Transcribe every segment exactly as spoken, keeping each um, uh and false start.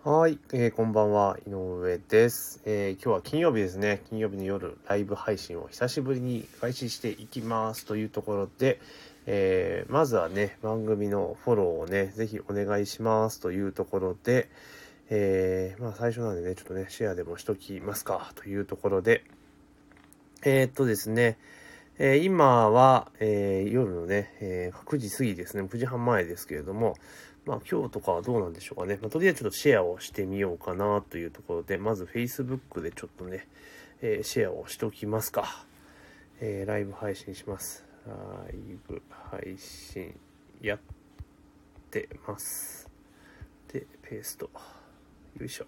はい、えー、こんばんは、井上です、えー。今日は金曜日ですね。金曜日の夜、ライブ配信を久しぶりに開始していきますというところで、えー、まずはね、番組のフォローをね、ぜひお願いしますというところで、えー、まあ最初なんでね、ちょっとね、シェアでもしときますかというところで、えー、っとですね、えー、今は、えー、夜のね、えー、くじ過ぎですね。くじはん前ですけれども、まあ今日とかはどうなんでしょうかね。まあ、とりあえずちょっとシェアをしてみようかなというところで、まず Facebook でちょっとね、えー、シェアをしておきますか。えー、ライブ配信します。ライブ配信やってます。で、ペースト。よいしょ。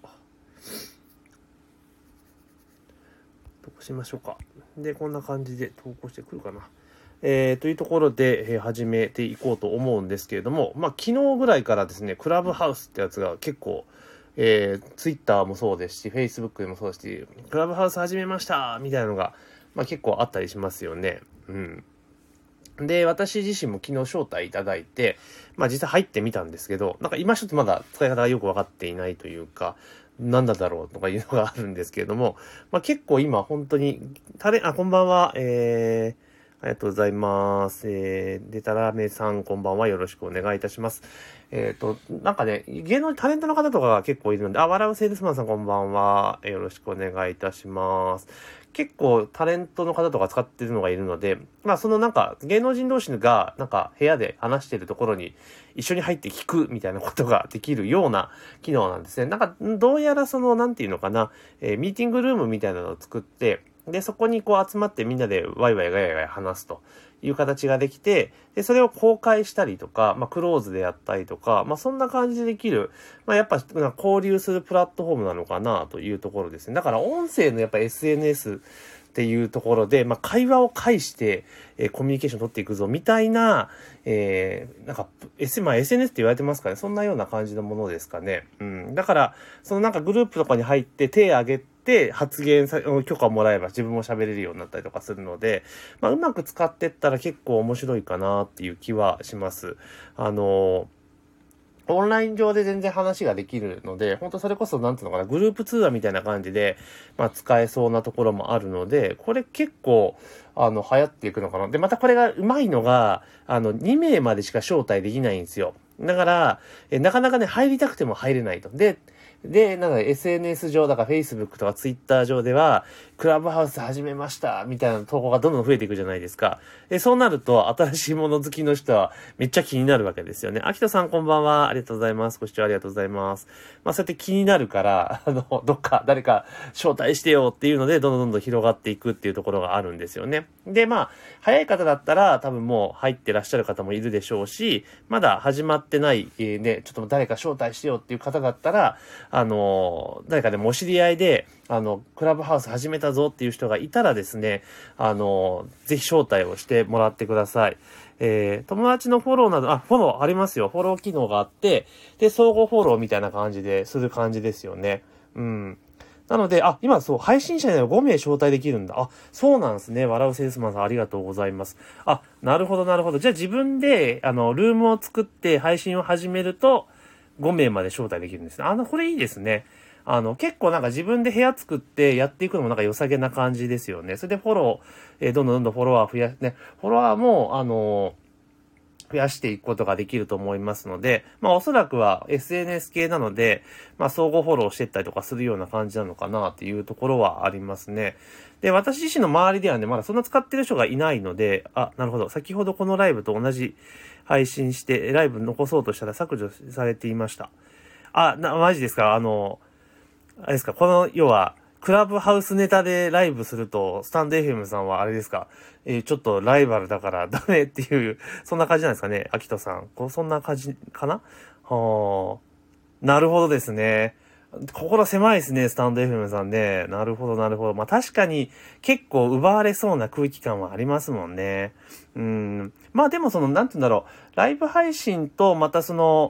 投稿しましょうか。で、こんな感じで投稿してくるかな。えー、というところで、えー、始めていこうと思うんですけれども、まあ、昨日ぐらいからですね、クラブハウスってやつが結構、えー、ツイッターもそうですし、フェイスブックでもそうですし、クラブハウス始めましたみたいなのが、まあ、結構あったりしますよね。うん。で、私自身も昨日招待いただいて、まあ実際入ってみたんですけど、なんか今ちょっとまだ使い方がよくわかっていないというか、なんだだろうとかいうのがあるんですけれども、まあ結構今本当に、タレ、あ、こんばんは、えー、ありがとうございます。えー、でたらめさん、こんばんは。よろしくお願いいたします。えっと、なんかね、芸能タレントの方とかが結構いるので、あ、笑うセールスマンさんこんばんは。よろしくお願いいたします。結構タレントの方とか使ってるのがいるので、まあそのなんか芸能人同士がなんか部屋で話してるところに一緒に入って聞くみたいなことができるような機能なんですね。なんかどうやらそのなんていうのかな、えー、ミーティングルームみたいなのを作って、で、そこにこう集まってみんなでワイワイガヤガヤ話すという形ができて、で、それを公開したりとか、まあクローズでやったりとか、まあそんな感じでできる、まあやっぱ交流するプラットフォームなのかなというところですね。だから音声のやっぱ エスエヌエスっていうところで、まあ、会話を介して、えー、コミュニケーション取っていくぞ、みたいな、えー、なんか、S、まあ、エスエヌエス って言われてますかね。そんなような感じのものですかね。うん。だから、そのなんかグループとかに入って手を挙げて発言さ、許可をもらえば自分も喋れるようになったりとかするので、まあ、うまく使ってったら結構面白いかなっていう気はします。あのー、オンライン上で全然話ができるので、本当それこそなんていうのかな、グループ通話みたいな感じで、まあ使えそうなところもあるので、これ結構、あの、流行っていくのかな。で、またこれがうまいのが、あの、にめいまでしか招待できないんですよ。だから、えなかなかね、入りたくても入れないと。で、で、なんか エスエヌエス 上だから Facebook とか Twitter 上では、クラブハウス始めましたみたいな投稿がどんどん増えていくじゃないですか。で、そうなると、新しいもの好きの人はめっちゃ気になるわけですよね。秋田さんこんばんは。ありがとうございます。ご視聴ありがとうございます。まあ、そうやって気になるから、あの、どっか誰か招待してよっていうので、どんどんどんどん広がっていくっていうところがあるんですよね。で、まあ、早い方だったら多分もう入ってらっしゃる方もいるでしょうし、まだ始まってない、えー、ね、ちょっと誰か招待してよっていう方だったら、あの、誰かでもお知り合いで、あの、クラブハウス始めたぞっていう人がいたらですね、あの、ぜひ招待をしてもらってください。えー、友達のフォローなど、あ、フォローありますよ。フォロー機能があって、で、相互フォローみたいな感じでする感じですよね。うん。なので、あ、今そう、配信者にはごめい招待できるんだ。あ、そうなんですね。笑うセールスマンさんありがとうございます。あ、なるほどなるほど。じゃあ自分で、あの、ルームを作って配信を始めると、ごめいまで招待できるんですね。あの、これいいですね。あの、結構なんか自分で部屋作ってやっていくのもなんか良さげな感じですよね。それでフォロー、えー、どんどんどんどんフォロワー増や、ね、フォロワーも、あのー増やしていくことができると思いますので、まあおそらくは エスエヌエス 系なので、まあ相互フォローしていったりとかするような感じなのかなっていうところはありますね。で、私自身の周りではね、まだそんな使ってる人がいないので、あ、なるほど。先ほどこのライブと同じ配信して、ライブ残そうとしたら削除されていました。あ、な、マジですか？あの、あれですか？この、要は、クラブハウスネタでライブすると、スタンド エフエム さんはあれですか？えー、ちょっとライバルだからダメっていう、そんな感じなんですかね、秋人さん。こう、そんな感じかな？はあ。なるほどですね。心狭いですね、スタンド エフエム さんね。なるほど、なるほど。まあ確かに結構奪われそうな空気感はありますもんね。うん。まあでもその、なんて言うんだろう。ライブ配信とまたその、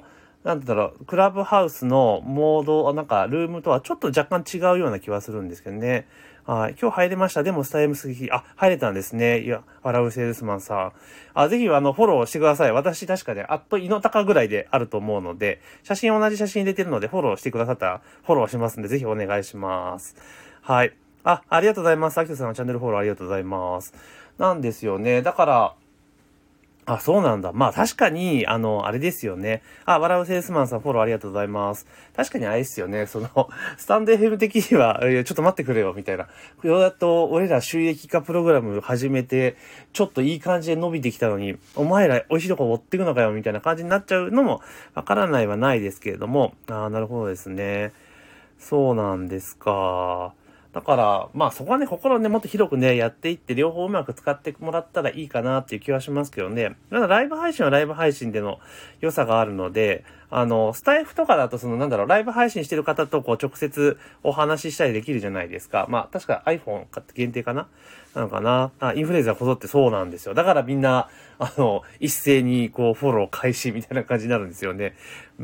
なんだろう、クラブハウスのモード、なんか、ルームとはちょっと若干違うような気はするんですけどね。はい。今日入れました。でも、スタイムスギ、あ、入れたんですね。いや、笑うセールスマンさん。あ、ぜひ、あの、フォローしてください。私、確かね、あっと、いのたかぐらいであると思うので、写真、同じ写真入れてるので、フォローしてくださったら、フォローしますんで、ぜひお願いします。はい。あ、ありがとうございます。アキトさんのチャンネルフォローありがとうございます。なんですよね。だから、あ、そうなんだ。まあ確かに、あの、あれですよね。あ、笑うセールスマンさんフォローありがとうございます。確かにあれですよね。その、スタンド エフエム 的には、いやちょっと待ってくれよ、みたいな。ようやっと、俺ら収益化プログラム始めて、ちょっといい感じで伸びてきたのに、お前ら美味しいとこ持ってくのかよ、みたいな感じになっちゃうのも、わからないはないですけれども。ああ、なるほどですね。そうなんですか。だから、まあそこはね、心をね、もっと広くね、やっていって、両方うまく使ってもらったらいいかなっていう気はしますけどね。ただライブ配信はライブ配信での良さがあるので、あの、スタイフとかだとそのなんだろう、ライブ配信してる方とこう直接お話ししたりできるじゃないですか。まあ確か iPhone 限定かななのかなあ、インフルエンザこぞってそうなんですよ。だからみんな、あの、一斉にこうフォロー開始みたいな感じになるんですよね。うん。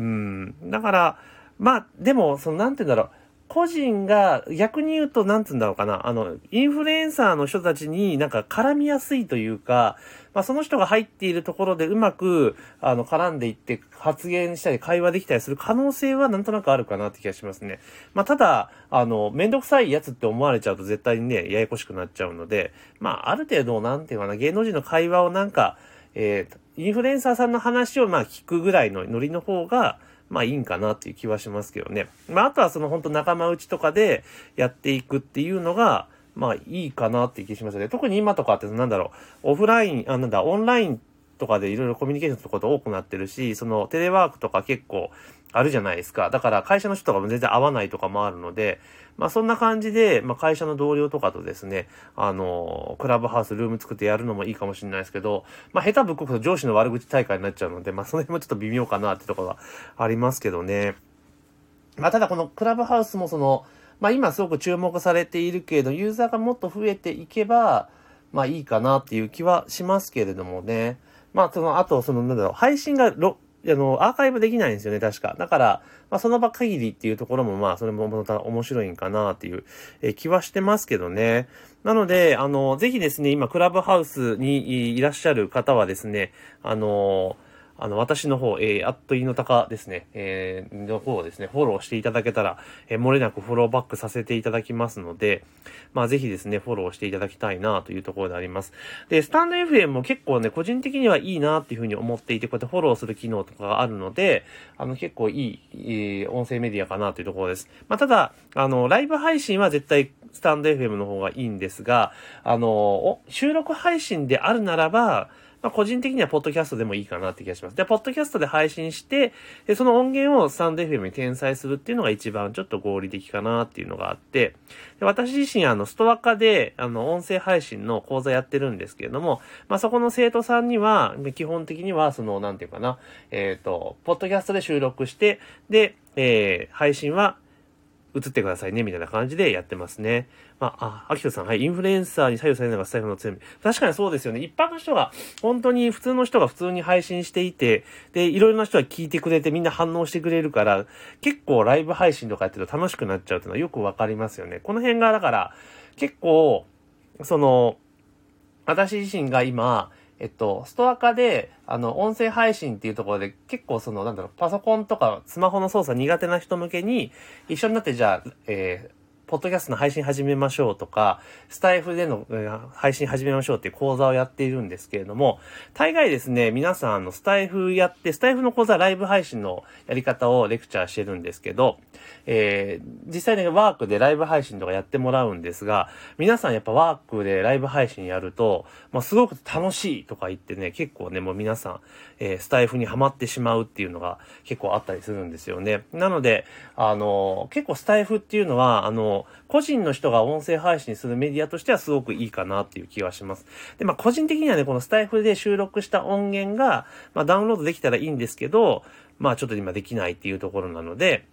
だから、まあ、でも、その、なんて言うんだろう。個人が、逆に言うと、なんつうんだろうかな。あの、インフルエンサーの人たちになんか絡みやすいというか、まあその人が入っているところでうまく、あの、絡んでいって発言したり会話できたりする可能性はなんとなくあるかなって気がしますね。まあただ、あの、めんどくさいやつって思われちゃうと絶対にね、ややこしくなっちゃうので、まあある程度、なんていうかな、芸能人の会話をなんか、えー、インフルエンサーさんの話をまあ聞くぐらいのノリの方が、まあいいんかなっていう気はしますけどね。まああとはその本当仲間内とかでやっていくっていうのが、まあいいかなっていう気がしますね。特に今とかってなんだろう、オフライン、あ、なんだ、オンラインとかでいろいろコミュニケーションすること多くなってるし、そのテレワークとか結構あるじゃないですか。だから会社の人とかも全然合わないとかもあるので、まあそんな感じで、まあ会社の同僚とかとですね、あの、クラブハウスルーム作ってやるのもいいかもしれないですけど、まあ下手ぶっこくと上司の悪口大会になっちゃうので、まあその辺もちょっと微妙かなってところがありますけどね。まあただこのクラブハウスもその、まあ今すごく注目されているけれど、ユーザーがもっと増えていけば、まあいいかなっていう気はしますけれどもね。まあその、あとそのなんだろう、配信がろ、あの、アーカイブできないんですよね、確か。だから、まあその場限りっていうところもまあそれもまた面白いんかなっていう、えー気はしてますけどね。なので、あの、ぜひですね、今クラブハウスにいらっしゃる方はですね、あの、あの、私の方、えー、アットイノタカですね、えー、の方をですね、フォローしていただけたら、えー、漏れなくフォローバックさせていただきますので、まあ、ぜひですね、フォローしていただきたいなというところであります。で、スタンド エフエム も結構ね、個人的にはいいなっていうふうに思っていて、こうやってフォローする機能とかがあるので、あの、結構いい、えー、音声メディアかなというところです。まあ、ただ、あの、ライブ配信は絶対、スタンド エフエム の方がいいんですが、あの、収録配信であるならば、まあ、個人的にはポッドキャストでもいいかなって気がします。で、ポッドキャストで配信して、でその音源をスタンド エフエム に転載するっていうのが一番ちょっと合理的かなっていうのがあって、で私自身あの、ストア化で、あの、音声配信の講座やってるんですけれども、まあ、そこの生徒さんには、基本的には、その、なんていうかな、えっと、ポッドキャストで収録して、で、えー、配信は、映ってくださいね、みたいな感じでやってますね。まあ、あ、アキトさん、はい、インフルエンサーに左右されるのがスタイフの強み。確かにそうですよね。一般の人が、本当に普通の人が普通に配信していて、で、いろいろな人が聞いてくれてみんな反応してくれるから、結構ライブ配信とかやってると楽しくなっちゃうっていうのはよくわかりますよね。この辺が、だから、結構、その、私自身が今、えっと、ストア化で、あの、音声配信っていうところで、結構その、なんだろう、パソコンとかスマホの操作苦手な人向けに、一緒になってじゃあ、えー、ポッドキャストの配信始めましょうとか、スタイフでの、えー、配信始めましょうっていう講座をやっているんですけれども、大概ですね、皆さん、あの、スタイフやって、スタイフの講座ライブ配信のやり方をレクチャーしてるんですけど、えー、実際ね、ワークでライブ配信とかやってもらうんですが、皆さんやっぱワークでライブ配信やると、まあ、すごく楽しいとか言ってね、結構ね、もう皆さん、えー、スタイフにハマってしまうっていうのが結構あったりするんですよね。なので、あの、結構スタイフっていうのは、あの、個人の人が音声配信するメディアとしてはすごくいいかなっていう気がします。で、まあ、個人的にはね、このスタイフで収録した音源が、まあ、ダウンロードできたらいいんですけど、まあ、ちょっと今できないっていうところなので、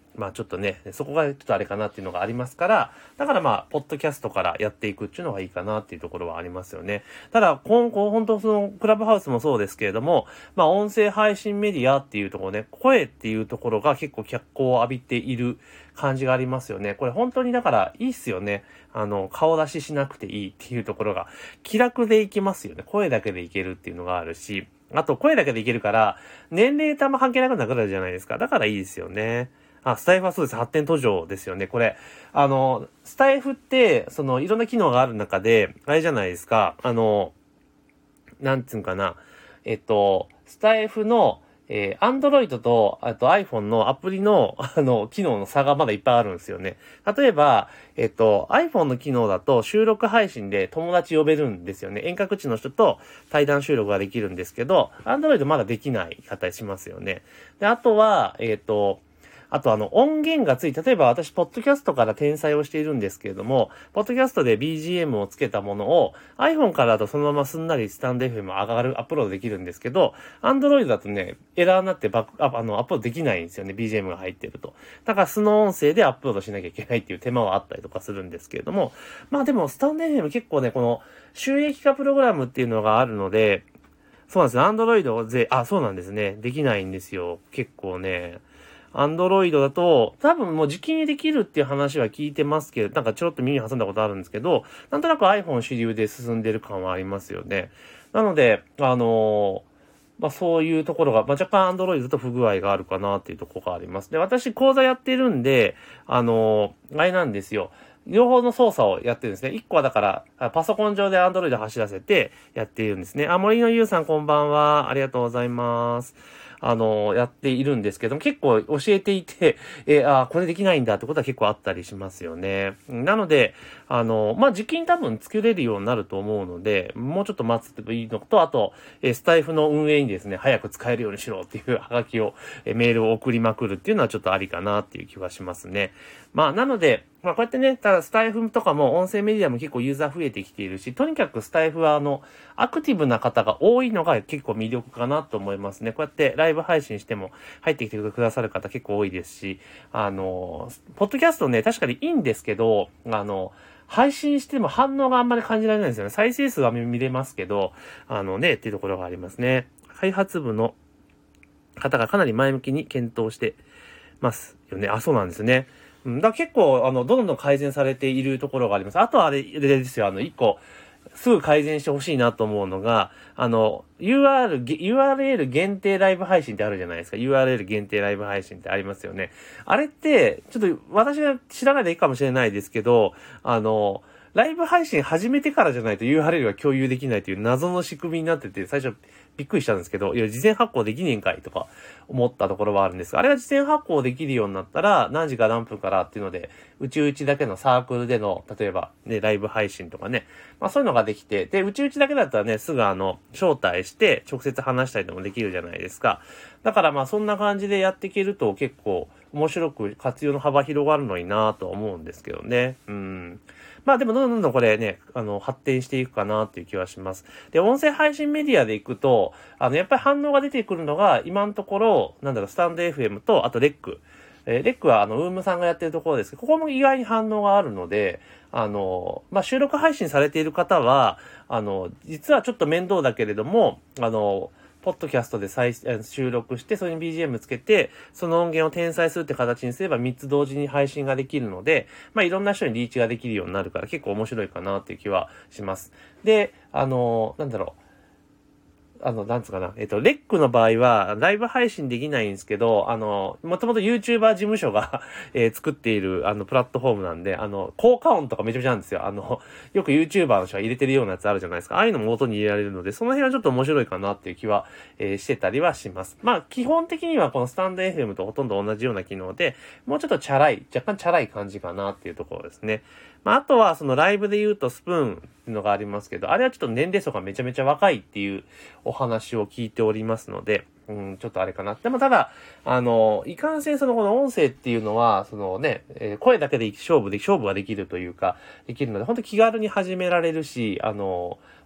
まあちょっとね、そこがちょっとあれかなっていうのがありますから、だからまあ、ポッドキャストからやっていくっていうのがいいかなっていうところはありますよね。ただ、今後、本当その、クラブハウスもそうですけれども、まあ音声配信メディアっていうところね、声っていうところが結構脚光を浴びている感じがありますよね。これ本当にだからいいっすよね。あの、顔出ししなくていいっていうところが、気楽でいけますよね。声だけでいけるっていうのがあるし、あと声だけでいけるから、年齢とあんま関係なくなくなるじゃないですか。だからいいですよね。あ、スタイフはそうです。発展途上ですよね。これ、あの、スタイフって、その、いろんな機能がある中で、あれじゃないですか。あの、なんつうんかな。えっと、スタイフの、えー、Android と、あと iPhone のアプリの、あの、機能の差がまだいっぱいあるんですよね。例えば、えっと、iPhone の機能だと収録配信で友達呼べるんですよね。遠隔地の人と対談収録ができるんですけど、Android まだできない方しますよね。で、あとは、えっと、あとあの音源がついて、例えば私、ポッドキャストから転載をしているんですけれども、ポッドキャストで ビージーエム をつけたものを iPhone からだとそのまますんなりスタンド エフエム 上がる、アップロードできるんですけど、Android だとね、エラーになってバックアップ、あの、アップロードできないんですよね、ビージーエム が入ってると。だから素の音声でアップロードしなきゃいけないっていう手間はあったりとかするんですけれども、まあでもスタンド エフエム 結構ね、この収益化プログラムっていうのがあるので、そうなんですよ。Android で、あ、そうなんですね。できないんですよ。結構ね。アンドロイドだと、多分もう時期にできるっていう話は聞いてますけど、なんかちょろっと耳に挟んだことあるんですけど、なんとなく iPhone 主流で進んでる感はありますよね。なので、あのー、まあそういうところが、まあ若干 Android だと不具合があるかなっていうところがあります。で、私講座やってるんで、あのー、あれなんですよ。両方の操作をやってるんですね。一個はだから、パソコン上で Android 走らせてやっているんですね。あ、森のゆうさんこんばんは。ありがとうございます。あの、やっているんですけども、結構教えていて、えー、あ、これできないんだってことは結構あったりしますよね。なので、あの、まあ、時期に多分作れるようになると思うので、もうちょっと待つってもいいのと、あと、えー、スタイフの運営にですね、早く使えるようにしろっていうハガキを、えー、メールを送りまくるっていうのはちょっとありかなっていう気はしますね。まあ、なので、まあ、こうやってね、ただスタイフとかも音声メディアも結構ユーザー増えてきているし、とにかくスタイフはあの、アクティブな方が多いのが結構魅力かなと思いますね。こうやってライブ配信しても入ってきてくださる方結構多いですし、あの、ポッドキャストね、確かにいいんですけど、あの、配信しても反応があんまり感じられないんですよね。再生数は見れますけど、あのね、っていうところがありますね。開発部の方がかなり前向きに検討してますよね。あ、そうなんですね。うん、だから結構、あの、どんどん改善されているところがあります。あとはあれ、あれですよ、あの、一個、すぐ改善してほしいなと思うのが、あの、ユーアール、ユーアールエル 限定ライブ配信ってあるじゃないですか。ユーアールエル 限定ライブ配信ってありますよね。あれって、ちょっと私が知らないでいいかもしれないですけど、あの、ライブ配信始めてからじゃないと ユーアールエル が共有できないという謎の仕組みになってて、最初びっくりしたんですけど、いや、事前発行できねえんかいとか思ったところはあるんですが、あれが事前発行できるようになったら、何時か何分からっていうので、うちうちだけのサークルでの、例えばね、ライブ配信とかね、まあそういうのができて、で、うちうちだけだったらね、すぐあの、招待して直接話したりでもできるじゃないですか。だからまあそんな感じでやっていけると結構面白く活用の幅広がるのになぁと思うんですけどね。うん。まあでもどんどんどんどんこれね、あの、発展していくかなっていう気はします。で、音声配信メディアで行くと、あの、やっぱり反応が出てくるのが、今のところ、なんだろう、スタンド エフエム と、あとレック。えー、レックはあの、ウームさんがやってるところですけど、ここも意外に反応があるので、あの、まあ、収録配信されている方は、あの、実はちょっと面倒だけれども、あの、ポッドキャストで再収録して、それに ビージーエム つけて、その音源を転載するって形にすればみっつ同時に配信ができるので、まあ、いろんな人にリーチができるようになるから結構面白いかなっていう気はします。で、あの、なんだろう。あの、なんつうかな。えっと、レックの場合は、ライブ配信できないんですけど、あの、もともと YouTuber 事務所がえー、作っている、あの、プラットフォームなんで、あの、効果音とかめちゃめちゃなんですよ。あの、よく YouTuber の人が入れてるようなやつあるじゃないですか。ああいうのも音に入れられるので、その辺はちょっと面白いかなっていう気は、えー、してたりはします。まあ、基本的にはこのスタンド エフエム とほとんど同じような機能で、もうちょっとチャラい、若干チャラい感じかなっていうところですね。まあ、あとは、そのライブで言うとスプーンっていうのがありますけど、あれはちょっと年齢層がめちゃめちゃ若いっていうお話を聞いておりますので、うん、ちょっとあれかな。でもただ、あの、いかんせんそのこの音声っていうのは、そのね、えー、声だけで勝負で、勝負ができるというか、できるので、本当気軽に始められるし、あの、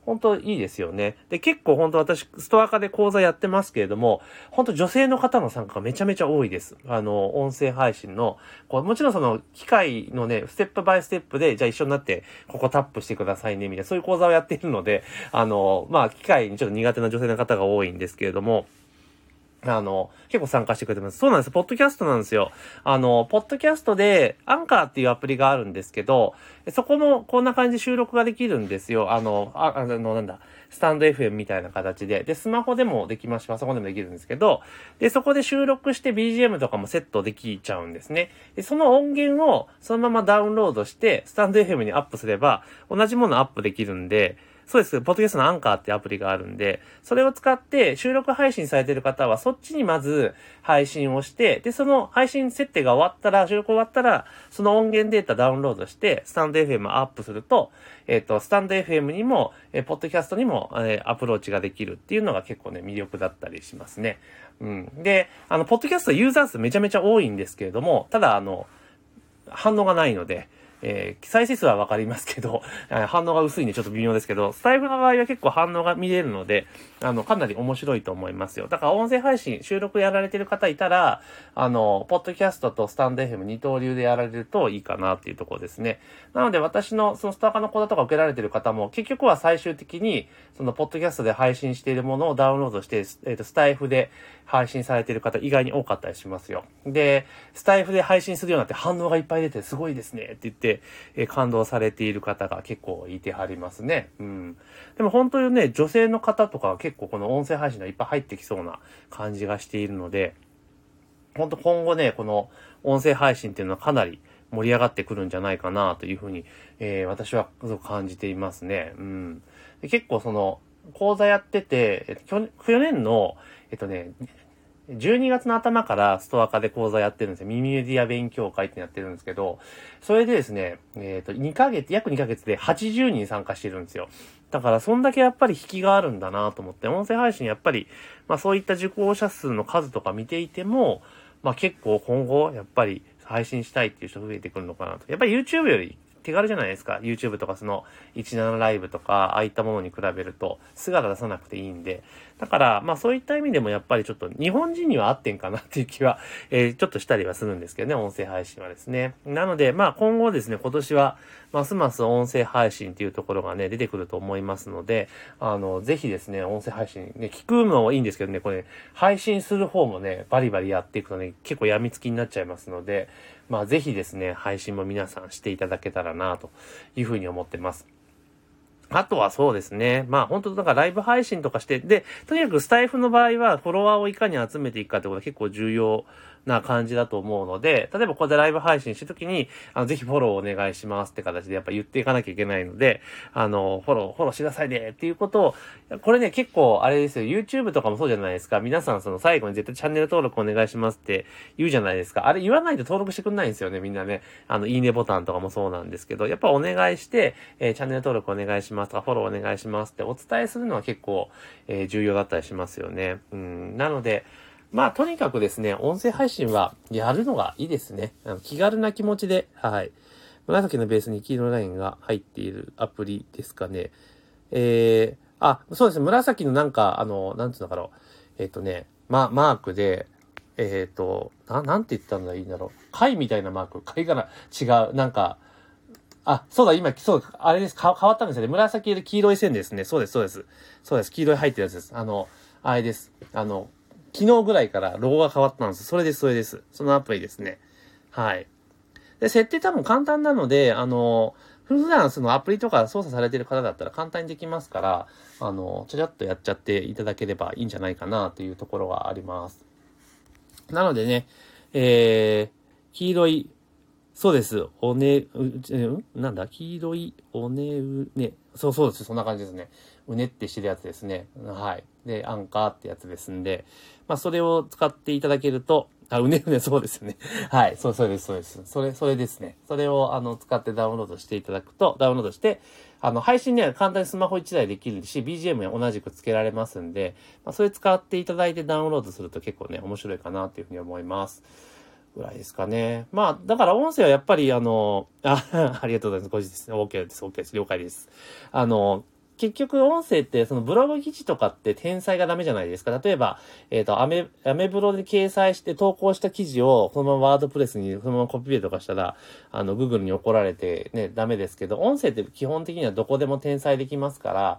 本当いいですよね。で、結構本当私、ストア化で講座やってますけれども、本当女性の方の参加がめちゃめちゃ多いです。あの、音声配信の、こうもちろんその、機械のね、ステップバイステップで、じゃあ一緒になって、ここタップしてくださいね、みたいな、そういう講座をやっているので、あの、まあ、機械にちょっと苦手な女性の方が多いんですけれども、あの、結構参加してくれてます。そうなんです。ポッドキャストなんですよ。あの、ポッドキャストで、アンカーっていうアプリがあるんですけど、そこもこんな感じで収録ができるんですよ。あの、あ、あの、なんだ、スタンド エフエム みたいな形で。で、スマホでもできますし、パソコンでもできるんですけど、で、そこで収録して ビージーエム とかもセットできちゃうんですね。で、その音源をそのままダウンロードして、スタンド エフエム にアップすれば、同じものアップできるんで、そうです。ポッドキャストのアンカーってアプリがあるんで、それを使って収録配信されている方はそっちにまず配信をして、で、その配信設定が終わったら、収録終わったら、その音源データダウンロードして、スタンド エフエム アップすると、えっと、スタンド エフエム にも、えー、ポッドキャストにも、えー、アプローチができるっていうのが結構ね、魅力だったりしますね。うん。で、あの、ポッドキャストユーザー数めちゃめちゃ多いんですけれども、ただ、あの、反応がないので、えー、再生数はわかりますけど、反応が薄いんでちょっと微妙ですけど、スタイフの場合は結構反応が見れるので、あの、かなり面白いと思いますよ。だから音声配信、収録やられてる方いたら、あの、ポッドキャストとスタンド エフエム 二刀流でやられるといいかなっていうところですね。なので私のそのスターカの講座とか受けられてる方も、結局は最終的に、そのポッドキャストで配信しているものをダウンロードして、えっと、スタイフで配信されている方意外に多かったりしますよ。で、スタイフで配信するようになって反応がいっぱい出てすごいですねって言って、えー、感動されている方が結構いてはりますね。うん。でも本当にね、女性の方とかは結構この音声配信がいっぱい入ってきそうな感じがしているので、本当今後ね、この音声配信っていうのはかなり盛り上がってくるんじゃないかなというふうに、えー、私はすごく感じていますね。うん。で結構その、講座やってて、去年の、えっとね、じゅうにがつの頭からストア化で講座やってるんですよ。耳メディア勉強会ってやってるんですけど、それでですね、えっと、にかげつ、約にかげつではちじゅうにん参加してるんですよ。だから、そんだけやっぱり引きがあるんだなと思って、音声配信やっぱり、まあそういった受講者数の数とか見ていても、まあ結構今後、やっぱり配信したいっていう人増えてくるのかなと。やっぱり YouTube より手軽じゃないですか。YouTube とかそのじゅうななライブとか、ああいったものに比べると姿出さなくていいんで。だから、まあそういった意味でもやっぱりちょっと日本人には合ってんかなっていう気は、えー、ちょっとしたりはするんですけどね、音声配信はですね。なので、まあ今後ですね、今年はますます音声配信っていうところがね、出てくると思いますので、あの、ぜひですね、音声配信、ね、聞くのはいいんですけどね、これ、配信する方もね、バリバリやっていくとね、結構病みつきになっちゃいますので、まあぜひですね、配信も皆さんしていただけたらな、というふうに思ってます。あとはそうですね。まあ本当だからライブ配信とかして、で、とにかくスタイフの場合はフォロワーをいかに集めていくかってことが結構重要な感じだと思うので、例えばここでライブ配信してるときに、あの、ぜひフォローお願いしますって形でやっぱ言っていかなきゃいけないので、あの、フォロー、フォローしてくださいねっていうことを、これね、結構あれですよ、YouTube とかもそうじゃないですか。皆さんその最後に絶対チャンネル登録お願いしますって言うじゃないですか。あれ言わないと登録してくんないんですよね、みんなね。あの、いいねボタンとかもそうなんですけど、やっぱお願いして、えー、チャンネル登録お願いしますとか、フォローお願いしますってお伝えするのは結構、えー、重要だったりしますよね。うん、なので、まあ、とにかくですね、音声配信はやるのがいいですね。あの気軽な気持ちで、はい。紫のベースに黄色のラインが入っているアプリですかね。えー、あ、そうですね、紫のなんか、あの、なんつうのかな、えっ、ー、とね、ま、マークで、えっ、ー、と、な、なんて言ったんだいいんだろう。貝みたいなマーク。貝かな違う。なんか、あ、そうだ、今、そう、あれです。か、変わったんですよね。紫で黄色い線ですね。そうです、そうです。そうです。黄色い入ってるやつです。あの、あれです。あの、昨日ぐらいからロゴが変わったんです。それです、それです。そのアプリですね。はい。で、設定多分簡単なので、あの、普段そのアプリとか操作されてる方だったら簡単にできますから、あの、ちゃちゃっとやっちゃっていただければいいんじゃないかなというところがあります。なのでね、えー、黄色い、そうです。おね、う、んなんだ黄色い、おねう、ね。そうそうです。そんな感じですね。うねってしてるやつですね。はい。で、アンカーってやつですんで、まあ、それを使っていただけると、あ、うねうね、そうですよね。はい。そう、そうです、そうです。それ、それですね。それを、あの、使ってダウンロードしていただくと、ダウンロードして、あの、配信ね、簡単にスマホいちだいできるし、ビージーエム に同じく付けられますんで、まあ、それ使っていただいてダウンロードすると結構ね、面白いかなというふうに思います。ぐらいですかね。まあ、だから音声はやっぱりあの、あ、ありがとうございます。ご時ですね。OK です。OK です。了解です。あの、 結局音声ってそのブログ記事とかって転載がダメじゃないですか。例えば、えっと、アメ、アメブロで掲載して投稿した記事をそのままワードプレスにそのままコピペとかしたら、あの、Google に怒られてね、ダメですけど、音声って基本的にはどこでも転載できますから、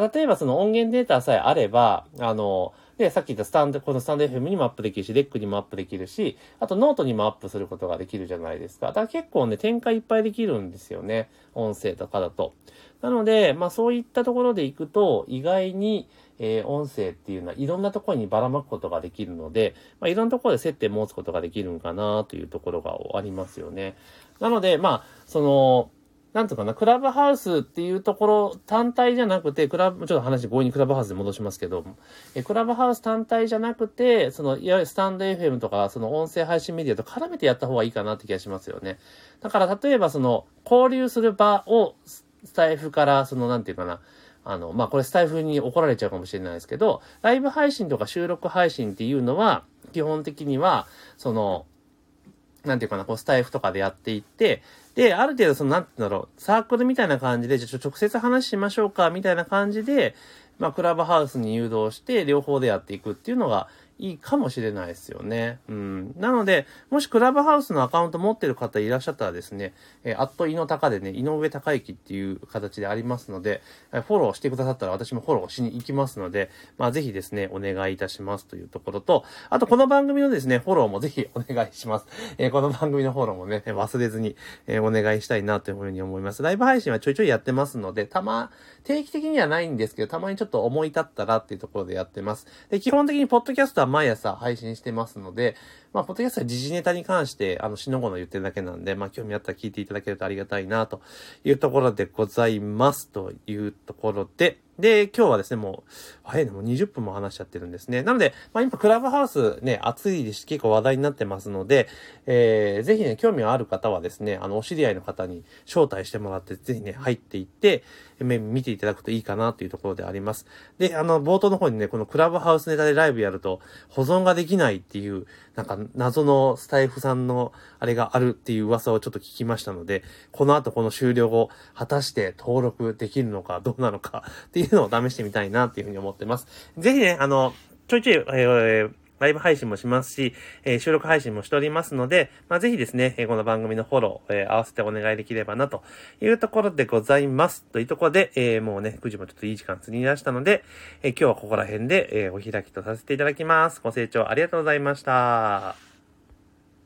例えばその音源データさえあれば、あの、で、さっき言ったスタンド、このスタンド エフエム にもアップできるし、レックにもアップできるし、あとノートにもアップすることができるじゃないですか。だから結構ね、展開いっぱいできるんですよね。音声とかだと。なので、まあそういったところでいくと、意外に、えー、音声っていうのはいろんなところにばらまくことができるので、まあいろんなところで接点持つことができるんかなというところがありますよね。なので、まあ、その、なんていうかな、クラブハウスっていうところ単体じゃなくて、クラブ、ちょっと話強引にクラブハウスで戻しますけど、えクラブハウス単体じゃなくて、その、いわゆるスタンド エフエム とか、その音声配信メディアと絡めてやった方がいいかなって気がしますよね。だから、例えばその、交流する場を、スタイフから、その、なんていうかな、あの、まあ、これスタイフに怒られちゃうかもしれないですけど、ライブ配信とか収録配信っていうのは、基本的には、その、なんていうかな、こう、スタイフとかでやっていって、で、ある程度、その、なんていうんだろう、サークルみたいな感じで、じゃあ、直接話しましょうか、みたいな感じで、まあ、クラブハウスに誘導して、両方でやっていくっていうのが、いいかもしれないですよね。うん。なので、もしクラブハウスのアカウント持ってる方いらっしゃったらですね、えー、アットイノタカでね、井上隆之っていう形でありますので、フォローしてくださったら私もフォローしに行きますので、まあぜひですね、お願いいたしますというところと、あとこの番組のですね、フォローもぜひお願いします。えー、この番組のフォローもね、忘れずに、えー、お願いしたいなというふうに思います。ライブ配信はちょいちょいやってますので、たま、定期的にはないんですけど、たまにちょっと思い立ったらっていうところでやってます。で、基本的にポッドキャストは毎朝配信してますので、まあ、ポッドキャストは時事ネタに関して、あの、しのごの言ってるだけなんで、まあ、興味あったら聞いていただけるとありがたいな、というところでございます。というところで、で、今日はですね、もう、早いね、もうにじゅっぷんも話しちゃってるんですね。なので、まあ、今、クラブハウスね、熱いですし、結構話題になってますので、えー、ぜひね、興味がある方はですね、あの、お知り合いの方に招待してもらって、ぜひね、入っていって、見ていただくといいかなというところであります。で、あの、冒頭の方にね、このクラブハウスネタでライブやると、保存ができないっていう、なんか、謎のスタイフさんの、あれがあるっていう噂をちょっと聞きましたので、この後この終了後、果たして登録できるのか、どうなのか、っていうのを試してみたいなっていうふうに思ってます。ぜひね、あの、ちょいちょい、えーライブ配信もしますし、えー、収録配信もしておりますので、まあ、ぜひですね、えー、この番組のフォロー、えー、合わせてお願いできればな、というところでございます。というところで、えー、もうね、くじもちょっといい時間過ぎ出したので、えー、今日はここら辺で、えー、お開きとさせていただきます。ご清聴ありがとうございました。